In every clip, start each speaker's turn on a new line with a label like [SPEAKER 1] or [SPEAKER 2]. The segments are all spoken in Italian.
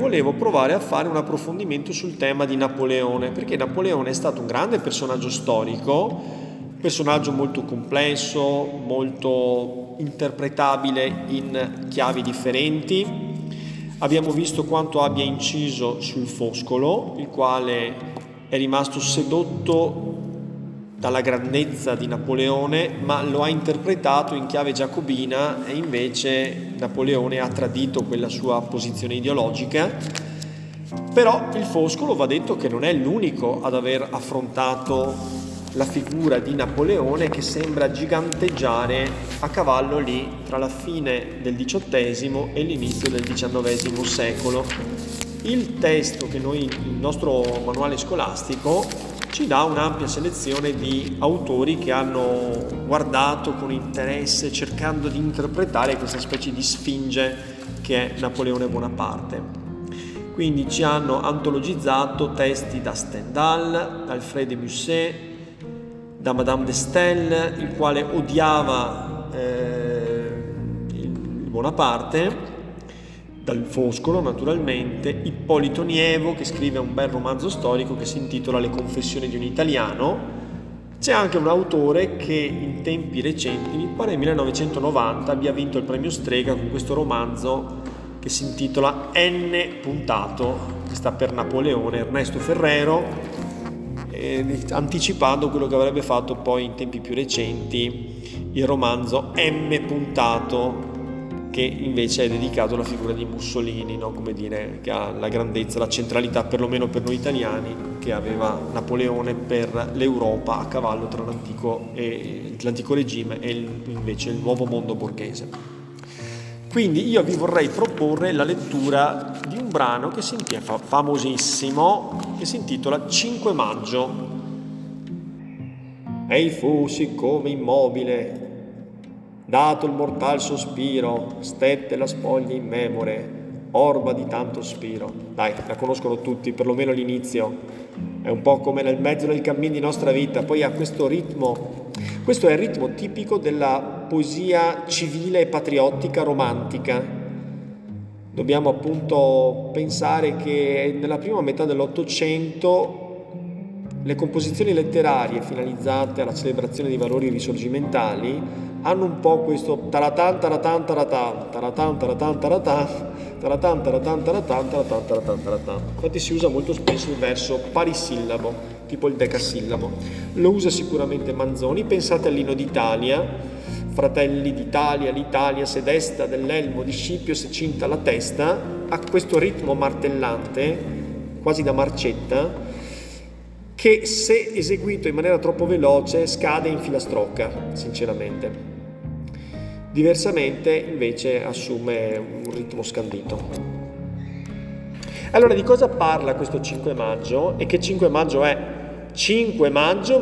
[SPEAKER 1] volevo provare a fare un approfondimento sul tema di Napoleone, perché Napoleone è stato un grande personaggio storico, un personaggio molto complesso, molto interpretabile in chiavi differenti. Abbiamo visto quanto abbia inciso sul Foscolo, il quale è rimasto sedotto dalla grandezza di Napoleone, ma lo ha interpretato in chiave giacobina e invece Napoleone ha tradito quella sua posizione ideologica. Però il Foscolo, va detto che non è l'unico ad aver affrontato la figura di Napoleone, che sembra giganteggiare a cavallo lì tra la fine del XVIII e l'inizio del XIX secolo. Il testo che noi, il nostro manuale scolastico, ci dà un'ampia selezione di autori che hanno guardato con interesse, cercando di interpretare questa specie di sfinge che è Napoleone Bonaparte. Quindi ci hanno antologizzato testi da Stendhal, da Alfred de Musset, da Madame de Staël, il quale odiava il Bonaparte, dal Foscolo naturalmente, Ippolito Nievo, che scrive un bel romanzo storico che si intitola Le confessioni di un italiano. C'è anche un autore che in tempi recenti, mi pare nel 1990, abbia vinto il premio Strega con questo romanzo che si intitola N puntato, che sta per Napoleone, Ernesto Ferrero, anticipando quello che avrebbe fatto poi in tempi più recenti il romanzo M puntato, che invece è dedicato alla figura di Mussolini, no? Come dire, che ha la grandezza, la centralità, perlomeno per noi italiani, che aveva Napoleone per l'Europa a cavallo tra l'antico regime e invece il nuovo mondo borghese. Quindi io vi vorrei proporre la lettura di un brano che si intitola, famosissimo, che si intitola 5 maggio. Ei fu siccome immobile, dato il mortal sospiro, stette la spoglia in memore, orba di tanto spiro. Dai, la conoscono tutti, perlomeno l'inizio. È un po' come nel mezzo del cammin di nostra vita. Poi ha questo ritmo. Questo è il ritmo tipico della poesia civile e patriottica romantica. Dobbiamo appunto pensare che nella prima metà dell'Ottocento le composizioni letterarie finalizzate alla celebrazione di valori risorgimentali hanno un po' questo taratan taratan taratan taratan taratan taratan taratan taratan taratan taratan taratan taratan. Infatti si usa molto spesso il verso parisillabo, tipo il decasillabo. Lo usa sicuramente Manzoni. Pensate all'inno d'Italia: Fratelli d'Italia, l'Italia se desta, dell'elmo di Scipio se cinta la testa. Ha questo ritmo martellante, quasi da marcetta, che se eseguito in maniera troppo veloce scade in filastrocca, sinceramente. Diversamente invece assume un ritmo scandito. Allora, di cosa parla questo 5 maggio? E che 5 maggio è? 5 maggio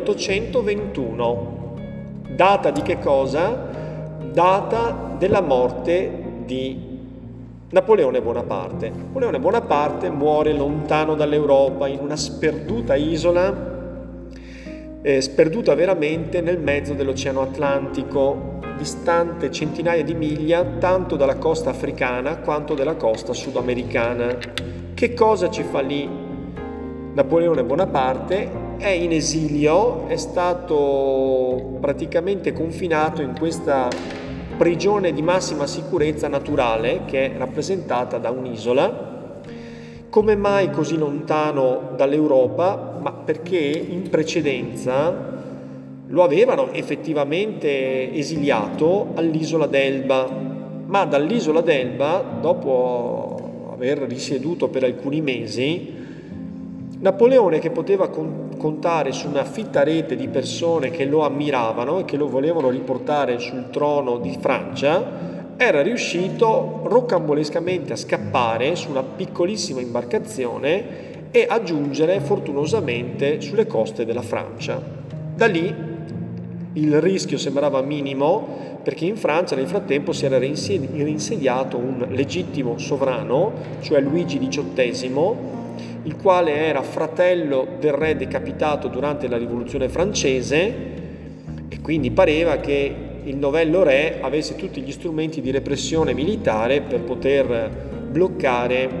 [SPEAKER 1] 1821. Data di che cosa? Data della morte di Napoleone Bonaparte. Napoleone Bonaparte muore lontano dall'Europa, in una sperduta isola, sperduta veramente nel mezzo dell'Oceano Atlantico, distante centinaia di miglia tanto dalla costa africana quanto dalla costa sudamericana. Che cosa ci fa lì Napoleone Bonaparte? È in esilio, è stato praticamente confinato in questa prigione di massima sicurezza naturale che è rappresentata da un'isola. Come mai così lontano dall'Europa? Ma perché in precedenza lo avevano effettivamente esiliato all'isola d'Elba, ma dall'isola d'Elba, dopo aver risieduto per alcuni mesi, Napoleone, che poteva contare su una fitta rete di persone che lo ammiravano e che lo volevano riportare sul trono di Francia, era riuscito rocambolescamente a scappare su una piccolissima imbarcazione e a giungere fortunosamente sulle coste della Francia. Da lì il rischio sembrava minimo, perché in Francia nel frattempo si era reinsediato un legittimo sovrano, cioè Luigi XVIII, il quale era fratello del re decapitato durante la rivoluzione francese, e quindi pareva che il novello re avesse tutti gli strumenti di repressione militare per poter bloccare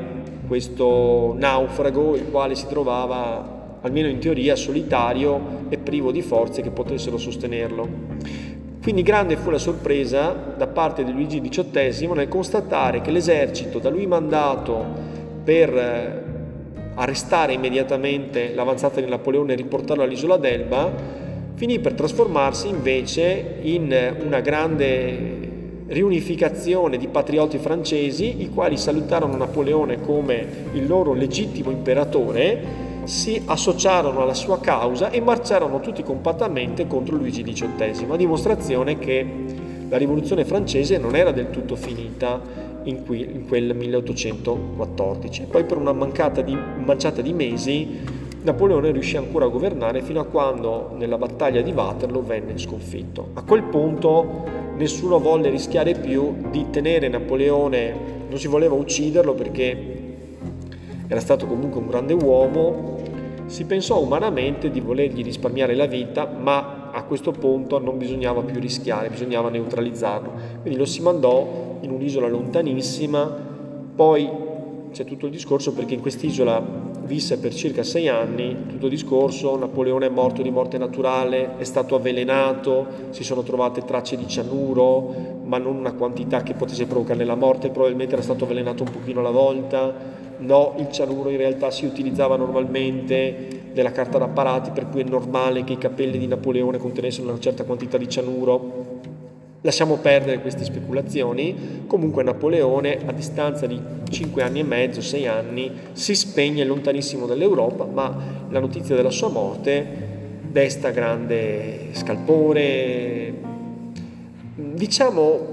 [SPEAKER 1] questo naufrago, il quale si trovava, almeno in teoria, solitario e privo di forze che potessero sostenerlo. Quindi grande fu la sorpresa da parte di Luigi XVIII nel constatare che l'esercito da lui mandato per arrestare immediatamente l'avanzata di Napoleone e riportarlo all'isola d'Elba finì per trasformarsi invece in una grande riunificazione di patrioti francesi, i quali salutarono Napoleone come il loro legittimo imperatore, si associarono alla sua causa e marciarono tutti compattamente contro Luigi XVIII, a dimostrazione che la rivoluzione francese non era del tutto finita in quel 1814. Poi per una manciata di mesi Napoleone riuscì ancora a governare fino a quando nella battaglia di Waterloo venne sconfitto. A quel punto nessuno volle rischiare più di tenere Napoleone, non si voleva ucciderlo perché era stato comunque un grande uomo, si pensò umanamente di volergli risparmiare la vita, ma a questo punto non bisognava più rischiare, bisognava neutralizzarlo. Quindi lo si mandò in un'isola lontanissima, poi c'è tutto il discorso perché in quest'isola visse per circa 6 anni, tutto il discorso, Napoleone è morto di morte naturale, è stato avvelenato, si sono trovate tracce di cianuro, ma non una quantità che potesse provocarne la morte, probabilmente era stato avvelenato un pochino alla volta. No, il cianuro in realtà si utilizzava normalmente nella carta d'apparati, per cui è normale che i capelli di Napoleone contenessero una certa quantità di cianuro. Lasciamo perdere queste speculazioni. Comunque Napoleone, a distanza di 5 anni e mezzo, 6 anni, si spegne lontanissimo dall'Europa, ma la notizia della sua morte desta grande scalpore, diciamo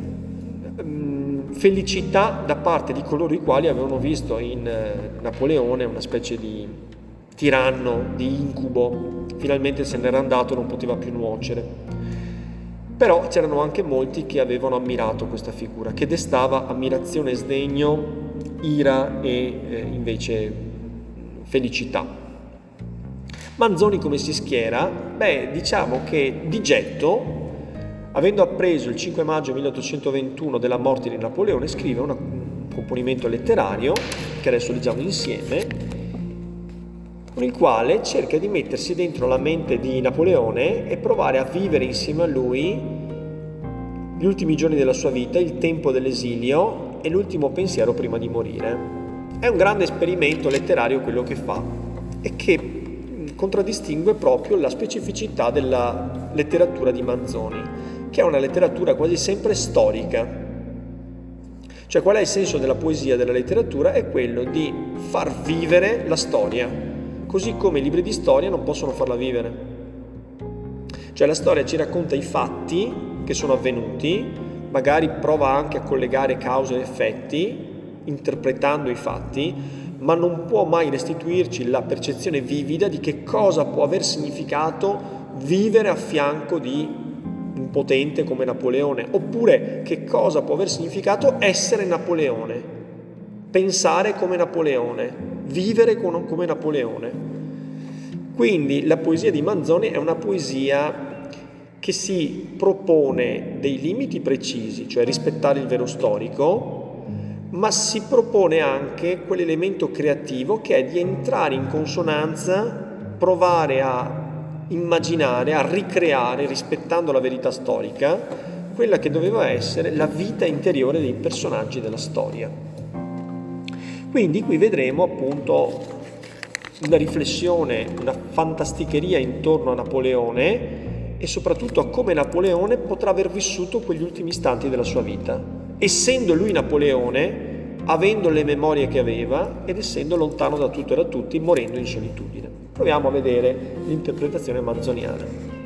[SPEAKER 1] felicità da parte di coloro i quali avevano visto in Napoleone una specie di tiranno, di incubo. Finalmente se n'era andato, non poteva più nuocere. Però c'erano anche molti che avevano ammirato questa figura, che destava ammirazione, sdegno, ira e invece felicità. Manzoni come si schiera? Beh, diciamo che di getto, avendo appreso il 5 maggio 1821 della morte di Napoleone, scrive un componimento letterario, che adesso leggiamo insieme, con il quale cerca di mettersi dentro la mente di Napoleone e provare a vivere insieme a lui gli ultimi giorni della sua vita, il tempo dell'esilio e l'ultimo pensiero prima di morire. È un grande esperimento letterario quello che fa e che contraddistingue proprio la specificità della letteratura di Manzoni, che è una letteratura quasi sempre storica. Cioè, qual è il senso della poesia, della letteratura? È quello di far vivere la storia, così come i libri di storia non possono farla vivere. Cioè, la storia ci racconta i fatti che sono avvenuti, magari prova anche a collegare cause ed effetti, interpretando i fatti, ma non può mai restituirci la percezione vivida di che cosa può aver significato vivere a fianco di un potente come Napoleone, oppure che cosa può aver significato essere Napoleone, pensare come Napoleone, vivere come Napoleone. Quindi la poesia di Manzoni è una poesia che si propone dei limiti precisi, cioè rispettare il vero storico, ma si propone anche quell'elemento creativo che è di entrare in consonanza, provare a immaginare, a ricreare, rispettando la verità storica, quella che doveva essere la vita interiore dei personaggi della storia. Quindi qui vedremo appunto una riflessione, una fantasticheria intorno a Napoleone e soprattutto a come Napoleone potrà aver vissuto quegli ultimi istanti della sua vita, essendo lui Napoleone, avendo le memorie che aveva ed essendo lontano da tutto e da tutti, morendo in solitudine. Proviamo a vedere l'interpretazione manzoniana.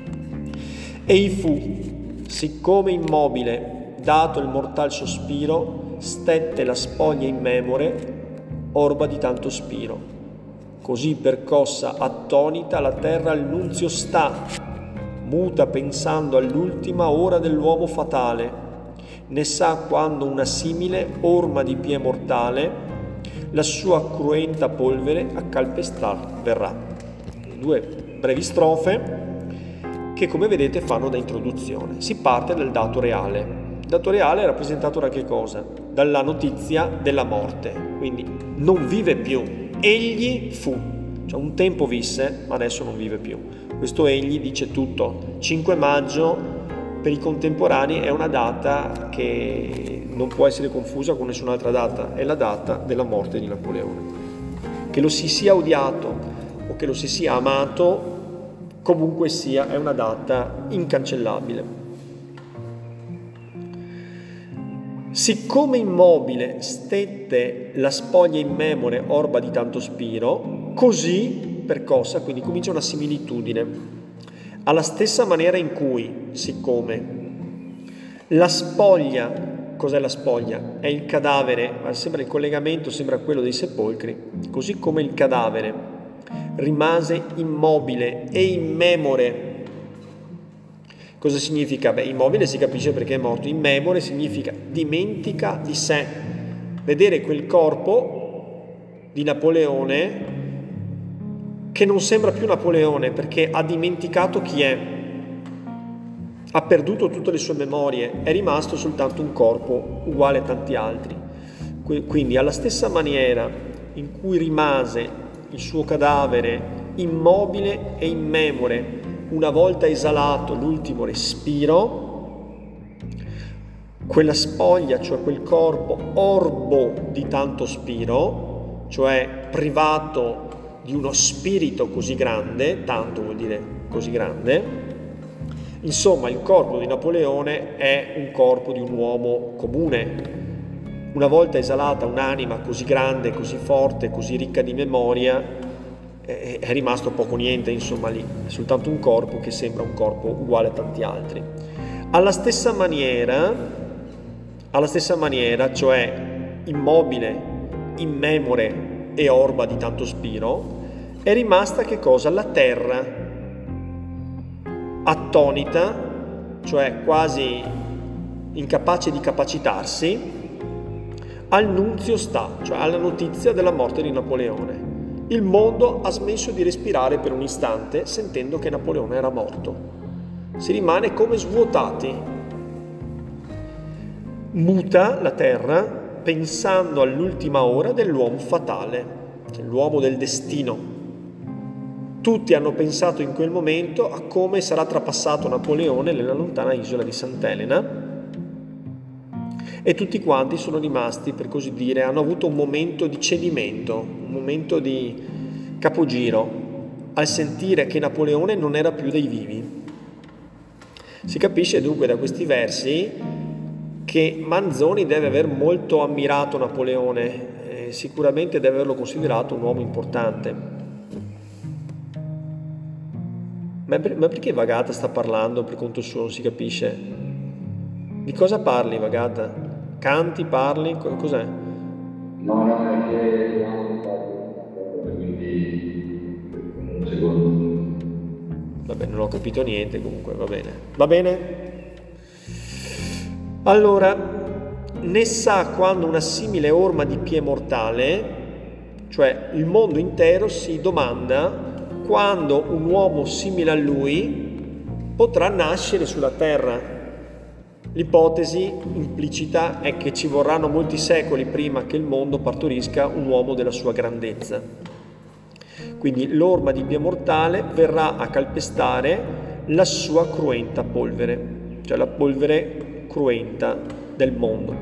[SPEAKER 1] Ei fu, siccome immobile, dato il mortal sospiro, stette la spoglia immemore, orba di tanto spiro. Così percossa attonita la terra al nunzio sta, muta pensando all'ultima ora dell'uomo fatale, ne sa quando una simile orma di pie mortale la sua cruenta polvere a calpestar verrà. 2 brevi strofe che, come vedete, fanno da introduzione. Si parte dal dato reale. dato reale è rappresentato da che cosa? Dalla notizia della morte, quindi non vive più, egli fu, cioè un tempo visse ma adesso non vive più. Questo egli dice tutto. 5 maggio per i contemporanei è una data che non può essere confusa con nessun'altra data, è la data della morte di Napoleone. Che lo si sia odiato o che lo si sia amato, comunque sia, è una data incancellabile. Siccome immobile stette la spoglia immemore orba di tanto spiro, così percossa, quindi comincia una similitudine. Alla stessa maniera in cui, siccome la spoglia, cos'è la spoglia? È il cadavere, sembra il collegamento, sembra quello dei sepolcri, così come il cadavere rimase immobile e immemore. Cosa significa? Beh, immobile si capisce perché è morto, immemore significa dimentica di sé. Vedere quel corpo di Napoleone che non sembra più Napoleone perché ha dimenticato chi è, ha perduto tutte le sue memorie, è rimasto soltanto un corpo uguale a tanti altri. Quindi alla stessa maniera in cui rimase il suo cadavere immobile e immemore una volta esalato l'ultimo respiro, quella spoglia, cioè quel corpo orbo di tanto spiro, cioè privato di uno spirito così grande, tanto vuol dire così grande, insomma il corpo di Napoleone è un corpo di un uomo comune. Una volta esalata un'anima così grande, così forte, così ricca di memoria, è rimasto poco niente, insomma lì, è soltanto un corpo che sembra un corpo uguale a tanti altri. Alla stessa maniera, cioè immobile, immemore e orba di tanto spiro, è rimasta che cosa? La terra, attonita, cioè quasi incapace di capacitarsi, al nunzio sta, cioè alla notizia della morte di Napoleone. Il mondo ha smesso di respirare per un istante sentendo che Napoleone era morto. Si rimane come svuotati. Muta la terra pensando all'ultima ora dell'uomo fatale, cioè l'uomo del destino. Tutti hanno pensato in quel momento a come sarà trapassato Napoleone nella lontana isola di Sant'Elena e tutti quanti sono rimasti, per così dire, hanno avuto un momento di cedimento, un momento di capogiro al sentire che Napoleone non era più dei vivi. Si capisce dunque da questi versi che Manzoni deve aver molto ammirato Napoleone e sicuramente deve averlo considerato un uomo importante. Ma perché Vagata sta parlando per conto suo, non si capisce? Di cosa parli, Vagata? Canti, parli? Cos'è?
[SPEAKER 2] No, è che quindi un secondo.
[SPEAKER 1] Vabbè, non ho capito niente, comunque va bene. Va bene? Allora, ne sa quando una simile orma di pie mortale, cioè il mondo intero si domanda quando un uomo simile a lui potrà nascere sulla terra. L'ipotesi implicita è che ci vorranno molti secoli prima che il mondo partorisca un uomo della sua grandezza. Quindi l'orma di pie mortale verrà a calpestare la sua cruenta polvere, cioè la polvere cruenta del mondo.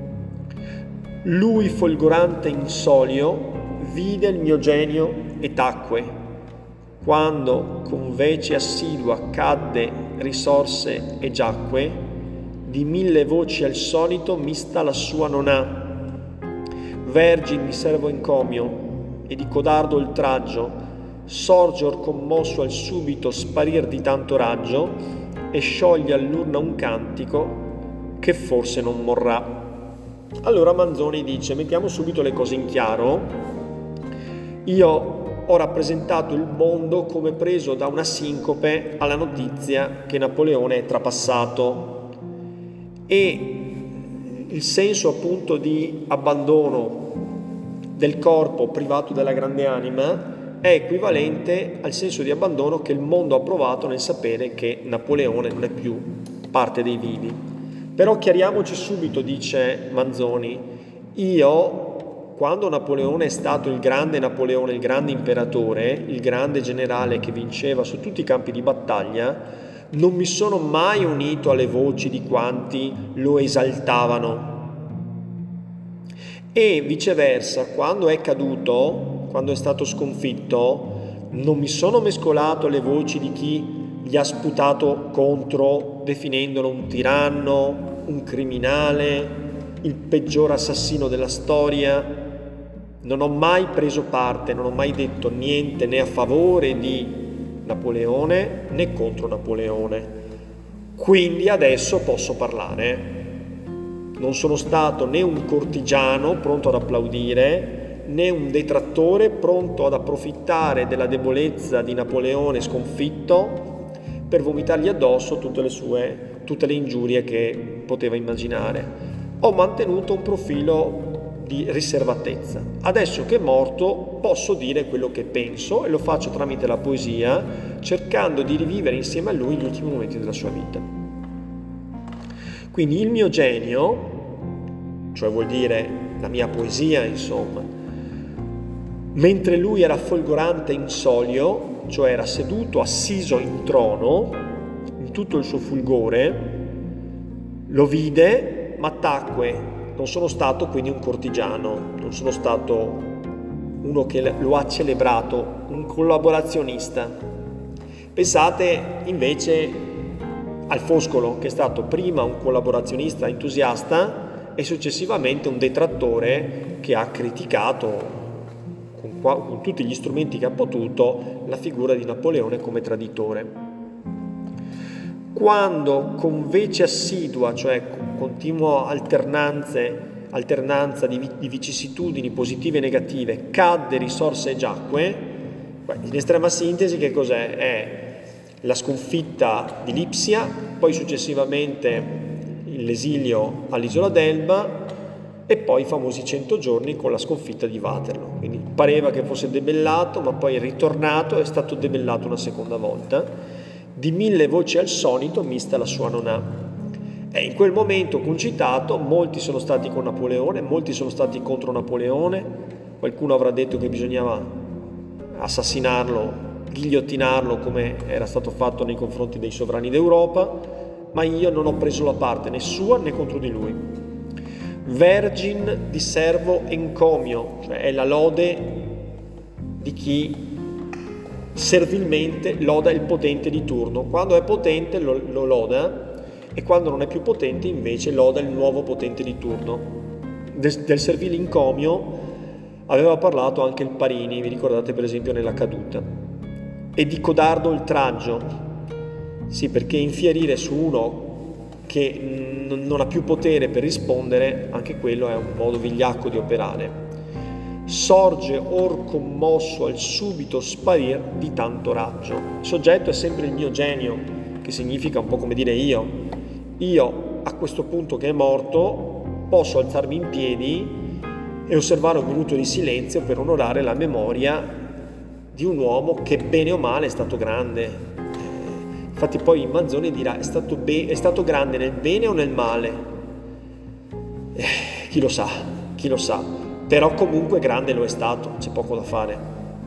[SPEAKER 1] Lui folgorante in solio vide il mio genio e tacque, quando con vece assidua cadde, risorse e giacque, di 1000 voci al solito mista la sua non ha. Vergin di servo encomio e di codardo oltraggio, sorgor commosso al subito sparir di tanto raggio, e scioglie all'urna un cantico che forse non morrà. Allora Manzoni dice, mettiamo subito le cose in chiaro, io ho rappresentato il mondo come preso da una sincope alla notizia che Napoleone è trapassato, e il senso appunto di abbandono del corpo privato della grande anima è equivalente al senso di abbandono che il mondo ha provato nel sapere che Napoleone non è più parte dei vivi. Però chiariamoci subito, dice Manzoni, quando Napoleone è stato il grande Napoleone, il grande imperatore, il grande generale che vinceva su tutti i campi di battaglia, non mi sono mai unito alle voci di quanti lo esaltavano. E viceversa, quando è caduto, quando è stato sconfitto, non mi sono mescolato alle voci di chi gli ha sputato contro, definendolo un tiranno, un criminale, il peggior assassino della storia. Non ho mai preso parte, non ho mai detto niente né a favore di Napoleone né contro Napoleone. Quindi adesso posso parlare. Non sono stato né un cortigiano pronto ad applaudire, né un detrattore pronto ad approfittare della debolezza di Napoleone sconfitto per vomitargli addosso tutte le ingiurie che poteva immaginare. Ho mantenuto un profilo di riservatezza. Adesso che è morto posso dire quello che penso e lo faccio tramite la poesia, cercando di rivivere insieme a lui gli ultimi momenti della sua vita. Quindi il mio genio, cioè vuol dire la mia poesia, insomma, mentre lui era folgorante in solio, cioè era seduto, assiso in trono, in tutto il suo fulgore, lo vide, ma tacque. Non sono stato quindi un cortigiano, non sono stato uno che lo ha celebrato, un collaborazionista. Pensate invece al Foscolo, che è stato prima un collaborazionista entusiasta e successivamente un detrattore che ha criticato con tutti gli strumenti che ha potuto la figura di Napoleone come traditore. Quando con vece assidua, cioè con continua alternanza di vicissitudini positive e negative, cadde, risorse e giacque, in estrema sintesi che cos'è? È la sconfitta di Lipsia, poi successivamente l'esilio all'isola d'Elba e poi i famosi 100 giorni con la sconfitta di Waterloo. Quindi pareva che fosse debellato, ma poi è ritornato, è stato debellato una seconda volta. Di 1000 voci al sonito, mista la sua non ha. E in quel momento concitato, molti sono stati con Napoleone, molti sono stati contro Napoleone, qualcuno avrà detto che bisognava assassinarlo, ghigliottinarlo come era stato fatto nei confronti dei sovrani d'Europa, ma io non ho preso la parte né sua né contro di lui. Vergin di servo encomio, cioè è la lode di chi servilmente loda il potente di turno. Quando è potente lo loda e quando non è più potente invece loda il nuovo potente di turno. Del servile encomio aveva parlato anche il Parini, vi ricordate per esempio nella caduta. E di codardo oltraggio, sì, perché infierire su uno che non ha più potere per rispondere, anche quello è un modo vigliacco di operare. Sorge or commosso al subito sparir di tanto raggio. Il soggetto è sempre il mio genio, che significa un po' come dire io. Io, a questo punto che è morto, posso alzarmi in piedi e osservare un minuto di silenzio per onorare la memoria di un uomo che bene o male è stato grande. Infatti poi Manzoni dirà, è stato grande nel bene o nel male? Chi lo sa, chi lo sa. Però comunque grande lo è stato, c'è poco da fare.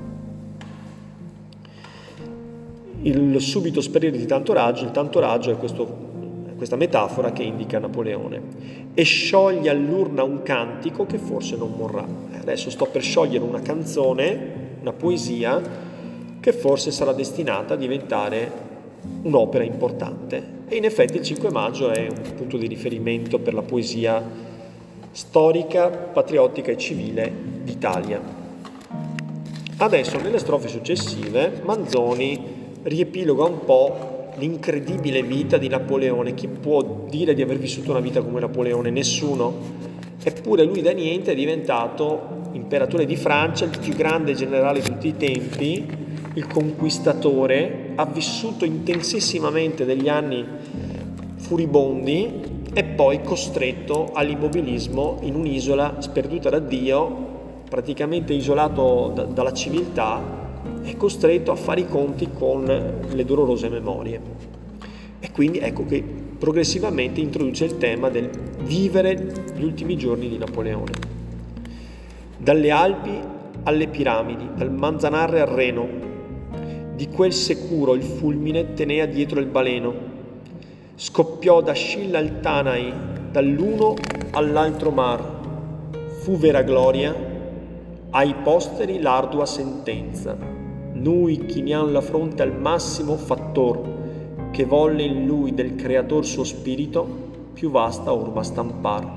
[SPEAKER 1] Il subito sperire di tanto raggio, il tanto raggio è questa metafora che indica Napoleone. E scioglie all'urna un cantico che forse non morrà. Adesso sto per sciogliere una canzone, una poesia, che forse sarà destinata a diventare un'opera importante. E in effetti il 5 maggio è un punto di riferimento per la poesia storica, patriottica e civile d'Italia. Adesso nelle strofe successive Manzoni riepiloga un po' l'incredibile vita di Napoleone. Chi può dire di aver vissuto una vita come Napoleone? Nessuno. Eppure lui da niente è diventato imperatore di Francia, il più grande generale di tutti i tempi, il conquistatore, ha vissuto intensissimamente degli anni furibondi e poi costretto all'immobilismo in un'isola sperduta da Dio, praticamente isolato dalla civiltà, è costretto a fare i conti con le dolorose memorie. E quindi ecco che progressivamente introduce il tema del vivere gli ultimi giorni di Napoleone. Dalle Alpi alle piramidi, dal Manzanarre al Reno, di quel securo il fulmine tenea dietro il baleno, scoppiò da Scilla al Tanai, dall'uno all'altro mar, fu vera gloria, ai posteri l'ardua sentenza, nui chiniam la fronte al massimo fattor, che volle in lui del creator suo spirito più vasta orma stampar.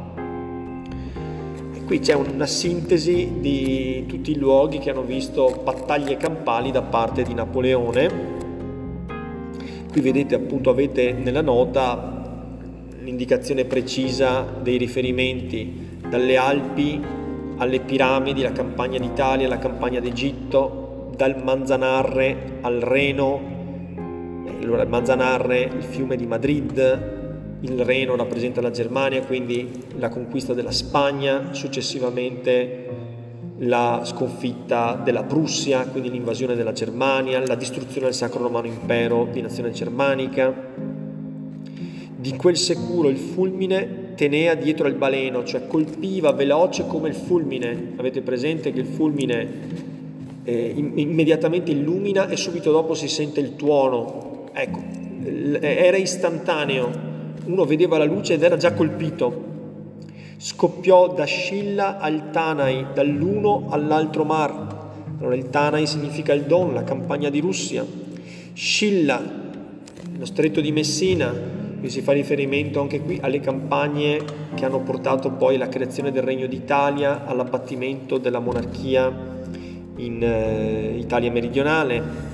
[SPEAKER 1] E qui c'è una sintesi di tutti i luoghi che hanno visto battaglie campali da parte di Napoleone. Qui vedete, appunto, avete nella nota l'indicazione precisa dei riferimenti: dalle Alpi alle piramidi, la campagna d'Italia, la campagna d'Egitto, dal Manzanarre al Reno. Allora, il Manzanarre, il fiume di Madrid, il Reno rappresenta la Germania, quindi la conquista della Spagna, successivamente la sconfitta della Prussia, quindi l'invasione della Germania, la distruzione del Sacro Romano Impero di nazione germanica. Di quel securo il fulmine tenea dietro il baleno, cioè colpiva veloce come il fulmine. Avete presente che il fulmine immediatamente illumina e subito dopo si sente il tuono? Ecco, era istantaneo, uno vedeva la luce ed era già colpito. Scoppiò da Scilla al Tanai, dall'uno all'altro mar. Allora, il Tanai significa il Don, la campagna di Russia. Scilla, lo stretto di Messina, qui si fa riferimento anche qui alle campagne che hanno portato poi alla creazione del Regno d'Italia, all'abbattimento della monarchia in Italia meridionale.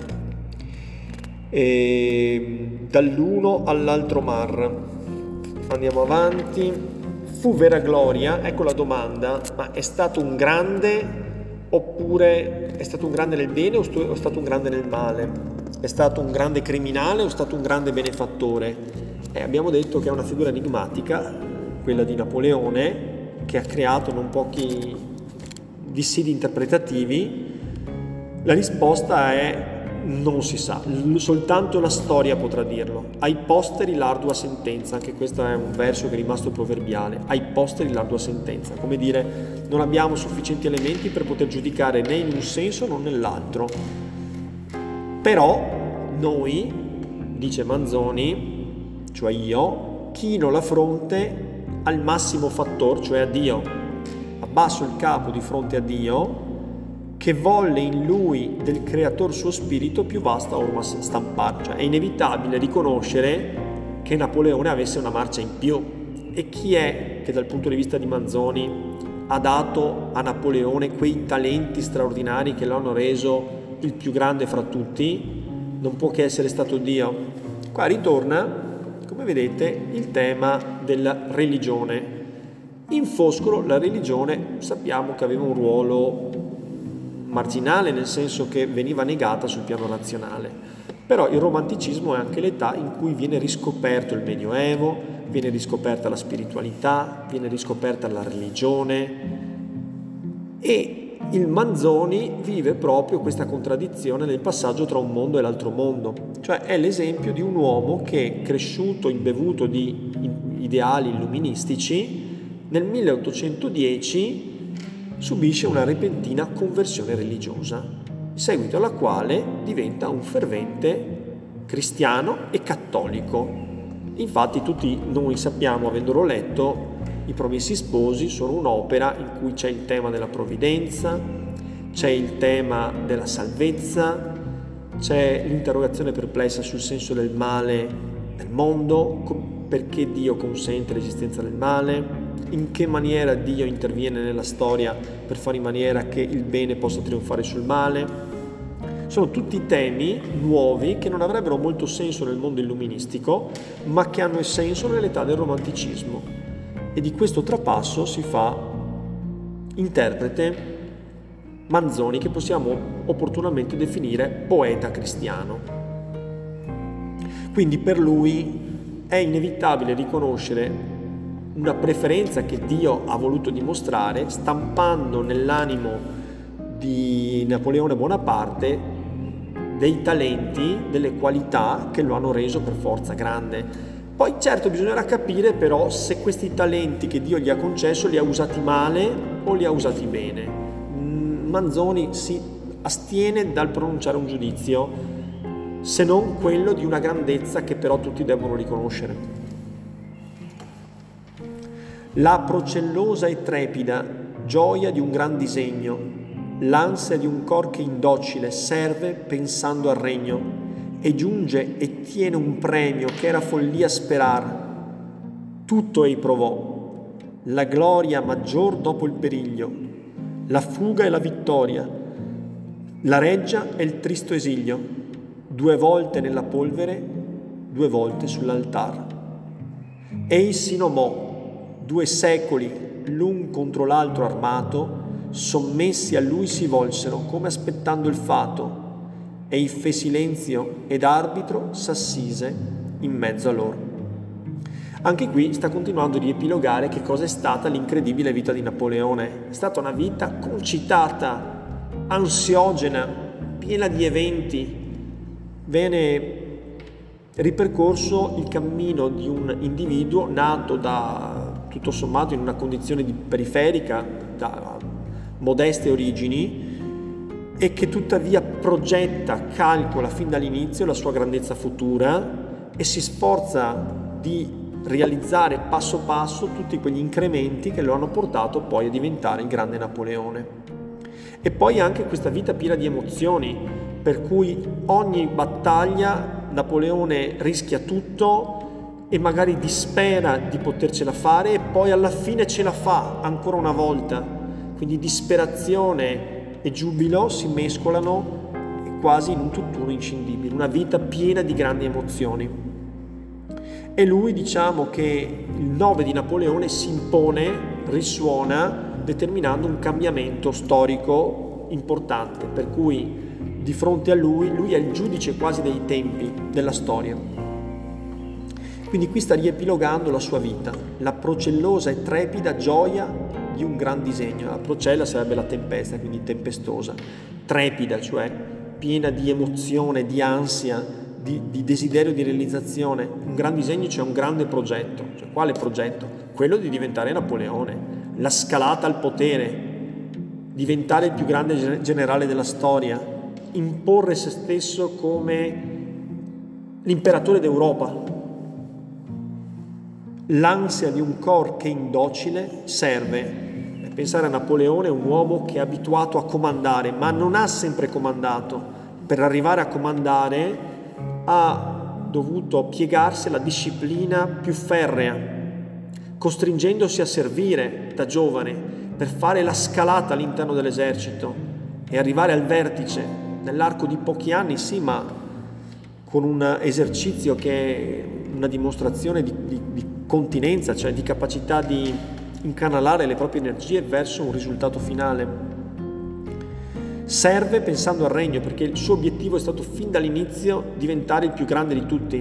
[SPEAKER 1] E dall'uno all'altro mar. Andiamo avanti. Fu vera gloria. Ecco la domanda: ma è stato un grande, oppure è stato un grande nel bene o è stato un grande nel male? È stato un grande criminale o è stato un grande benefattore? Abbiamo detto che è una figura enigmatica, quella di Napoleone, che ha creato non pochi dissidi interpretativi. La risposta è: non si sa, soltanto la storia potrà dirlo. Ai posteri l'ardua sentenza, anche questo è un verso che è rimasto proverbiale. Ai posteri l'ardua sentenza, come dire, non abbiamo sufficienti elementi per poter giudicare né in un senso né nell'altro. Però noi, dice Manzoni, cioè io, chino la fronte al massimo fattor, cioè a Dio, abbasso il capo di fronte a Dio, che volle in lui del creator suo spirito più vasta orma stampar. Cioè è inevitabile riconoscere che Napoleone avesse una marcia in più. E chi è che dal punto di vista di Manzoni ha dato a Napoleone quei talenti straordinari che lo hanno reso il più grande fra tutti? Non può che essere stato Dio. Qua ritorna, come vedete, il tema della religione. In Foscolo la religione sappiamo che aveva un ruolo marginale, nel senso che veniva negata sul piano razionale. Però il romanticismo è anche l'età in cui viene riscoperto il Medioevo, viene riscoperta la spiritualità, viene riscoperta la religione, e il Manzoni vive proprio questa contraddizione nel passaggio tra un mondo e l'altro mondo. Cioè è l'esempio di un uomo che, cresciuto imbevuto di ideali illuministici, nel 1810 subisce una repentina conversione religiosa, in seguito alla quale diventa un fervente cristiano e cattolico. Infatti tutti noi sappiamo, avendolo letto, I Promessi Sposi sono un'opera in cui c'è il tema della provvidenza, c'è il tema della salvezza, c'è l'interrogazione perplessa sul senso del male nel mondo, perché Dio consente l'esistenza del male, in che maniera Dio interviene nella storia per fare in maniera che il bene possa trionfare sul male. Sono tutti temi nuovi che non avrebbero molto senso nel mondo illuministico, ma che hanno senso nell'età del romanticismo. E di questo trapasso si fa interprete Manzoni, che possiamo opportunamente definire poeta cristiano. Quindi per lui è inevitabile riconoscere una preferenza che Dio ha voluto dimostrare, stampando nell'animo di Napoleone Bonaparte dei talenti, delle qualità che lo hanno reso per forza grande. Poi certo bisognerà capire però se questi talenti che Dio gli ha concesso li ha usati male o li ha usati bene. Manzoni si astiene dal pronunciare un giudizio, se non quello di una grandezza che però tutti devono riconoscere. La procellosa e trepida gioia di un gran disegno, l'ansia di un cor che indocile serve pensando al regno, e giunge e tiene un premio che era follia sperar. Tutto ei provò, la gloria maggior dopo il periglio, la fuga e la vittoria, la reggia e il tristo esilio, 2 volte nella polvere, 2 volte sull'altar. Ei si nomò, 2 secoli l'un contro l'altro armato, sommessi a lui si volsero come aspettando il fato, e il fe silenzio ed arbitro s'assise in mezzo a loro. Anche qui sta continuando a riepilogare che cosa è stata l'incredibile vita di Napoleone. È stata una vita concitata, ansiogena, piena di eventi. Viene ripercorso il cammino di un individuo nato da, tutto sommato, in una condizione di periferica, da modeste origini, e che tuttavia progetta, calcola fin dall'inizio la sua grandezza futura e si sforza di realizzare passo passo tutti quegli incrementi che lo hanno portato poi a diventare il grande Napoleone. E poi anche questa vita piena di emozioni, per cui ogni battaglia Napoleone rischia tutto e magari dispera di potercela fare e poi alla fine ce la fa ancora una volta. Quindi disperazione e giubilo si mescolano quasi in un tutt'uno inscindibile, una vita piena di grandi emozioni. E lui, diciamo che il 9 di Napoleone si impone, risuona, determinando un cambiamento storico importante, per cui di fronte a lui è il giudice quasi dei tempi della storia. Quindi qui sta riepilogando la sua vita, la procellosa e trepida gioia di un gran disegno. La procella sarebbe la tempesta, quindi tempestosa, trepida, cioè piena di emozione, di ansia, di desiderio di realizzazione. Un gran disegno, cioè un grande progetto. Cioè, quale progetto? Quello di diventare Napoleone, la scalata al potere, diventare il più grande generale della storia, imporre se stesso come l'imperatore d'Europa. L'ansia di un cor che indocile serve. Pensare a Napoleone, un uomo che è abituato a comandare, ma non ha sempre comandato. Per arrivare a comandare ha dovuto piegarsi alla disciplina più ferrea, costringendosi a servire da giovane per fare la scalata all'interno dell'esercito e arrivare al vertice nell'arco di pochi anni, sì, ma con un esercizio che è una dimostrazione di continenza, cioè di capacità di incanalare le proprie energie verso un risultato finale. Serve pensando al regno, perché il suo obiettivo è stato fin dall'inizio diventare il più grande di tutti.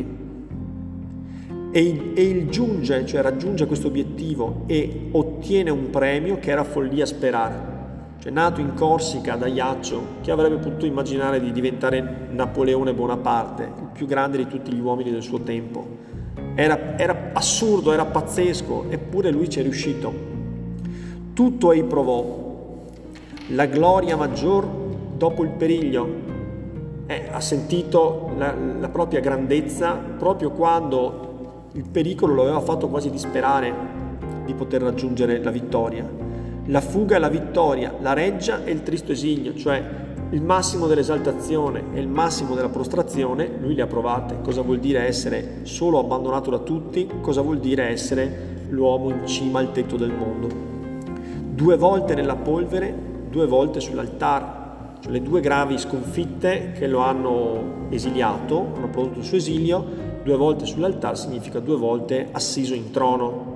[SPEAKER 1] E il giunge, cioè raggiunge questo obiettivo e ottiene un premio che era follia sperare. Cioè, nato in Corsica da Ajaccio, chi avrebbe potuto immaginare di diventare Napoleone Bonaparte, il più grande di tutti gli uomini del suo tempo? Era assurdo, era pazzesco, eppure lui ci è riuscito. Tutto ei provò, la gloria maggior dopo il periglio. Ha sentito la propria grandezza proprio quando il pericolo lo aveva fatto quasi disperare di poter raggiungere la vittoria. La fuga e la vittoria, la reggia e il tristo esilio, cioè il massimo dell'esaltazione e il massimo della prostrazione, lui le ha provate. Cosa vuol dire essere solo abbandonato da tutti? Cosa vuol dire essere l'uomo in cima al tetto del mondo? 2 volte nella polvere, 2 volte sull'altar, cioè le 2 gravi sconfitte che lo hanno esiliato, hanno prodotto il suo esilio. 2 volte sull'altar significa 2 volte assiso in trono.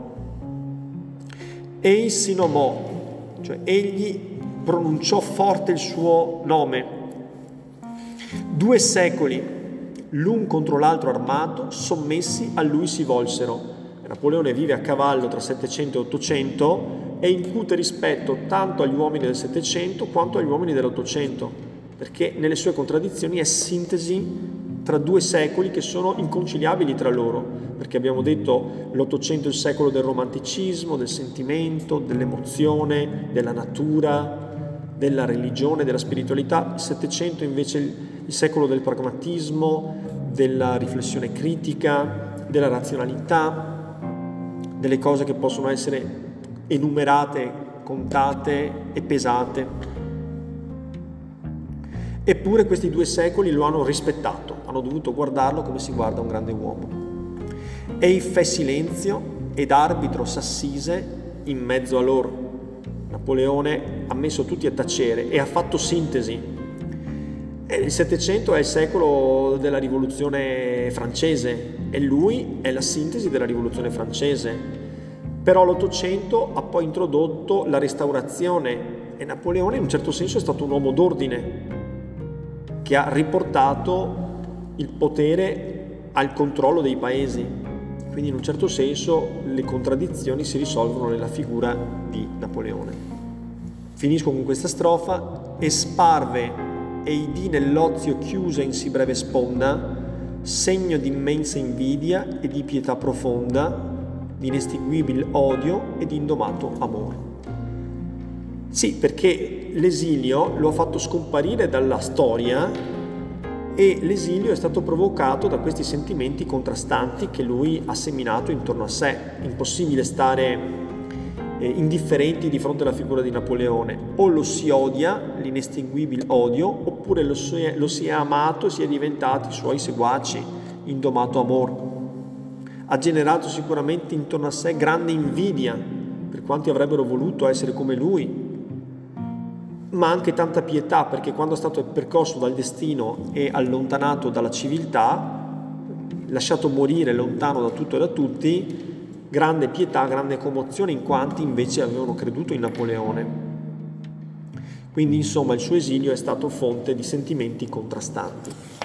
[SPEAKER 1] Ei si nomò, cioè egli pronunciò forte il suo nome. 2 secoli, l'un contro l'altro armato, sommessi a lui si volsero. Napoleone vive a cavallo tra 700 e 800 e incute rispetto tanto agli uomini del 700 quanto agli uomini dell'800, perché nelle sue contraddizioni è sintesi tra due secoli che sono inconciliabili tra loro, perché abbiamo detto l'Ottocento è il secolo del romanticismo, del sentimento, dell'emozione, della natura, della religione, della spiritualità. Il Settecento invece è il secolo del pragmatismo, della riflessione critica, della razionalità, delle cose che possono essere enumerate, contate e pesate. Eppure questi due secoli lo hanno rispettato, hanno dovuto guardarlo come si guarda un grande uomo. Ei fe silenzio ed arbitro s'assise in mezzo a loro. Napoleone ha messo tutti a tacere e ha fatto sintesi. E il Settecento è il secolo della rivoluzione francese e lui è la sintesi della rivoluzione francese. Però l'Ottocento ha poi introdotto la restaurazione e Napoleone in un certo senso è stato un uomo d'ordine che ha riportato il potere al controllo dei paesi. Quindi in un certo senso le contraddizioni si risolvono nella figura di Napoleone. Finisco con questa strofa. E sparve e dì nell'ozio chiusa in sì breve sponda, segno di immensa invidia e di pietà profonda, di inestinguibil odio e di indomato amore. Sì, perché l'esilio lo ha fatto scomparire dalla storia e l'esilio è stato provocato da questi sentimenti contrastanti che lui ha seminato intorno a sé. Impossibile stare indifferenti di fronte alla figura di Napoleone. O lo si odia, l'inestinguibile odio, oppure lo si è amato e si è diventati suoi seguaci, indomato amor. Ha generato sicuramente intorno a sé grande invidia per quanti avrebbero voluto essere come lui, ma anche tanta pietà, perché quando è stato percorso dal destino e allontanato dalla civiltà, lasciato morire lontano da tutto e da tutti, grande pietà, grande commozione in quanti invece avevano creduto in Napoleone. Quindi insomma il suo esilio è stato fonte di sentimenti contrastanti.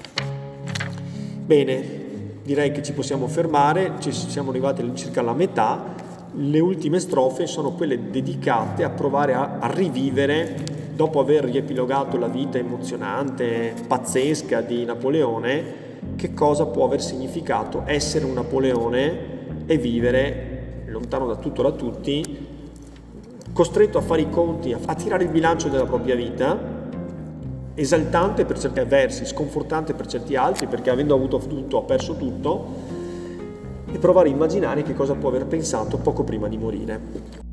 [SPEAKER 1] Bene, direi che ci possiamo fermare, ci siamo arrivati circa alla metà. Le ultime strofe sono quelle dedicate a provare a rivivere, dopo aver riepilogato la vita emozionante, pazzesca di Napoleone, che cosa può aver significato essere un Napoleone e vivere lontano da tutto e da tutti, costretto a fare i conti, a tirare il bilancio della propria vita, esaltante per certi versi, sconfortante per certi altri, perché avendo avuto tutto ha perso tutto, e provare a immaginare che cosa può aver pensato poco prima di morire.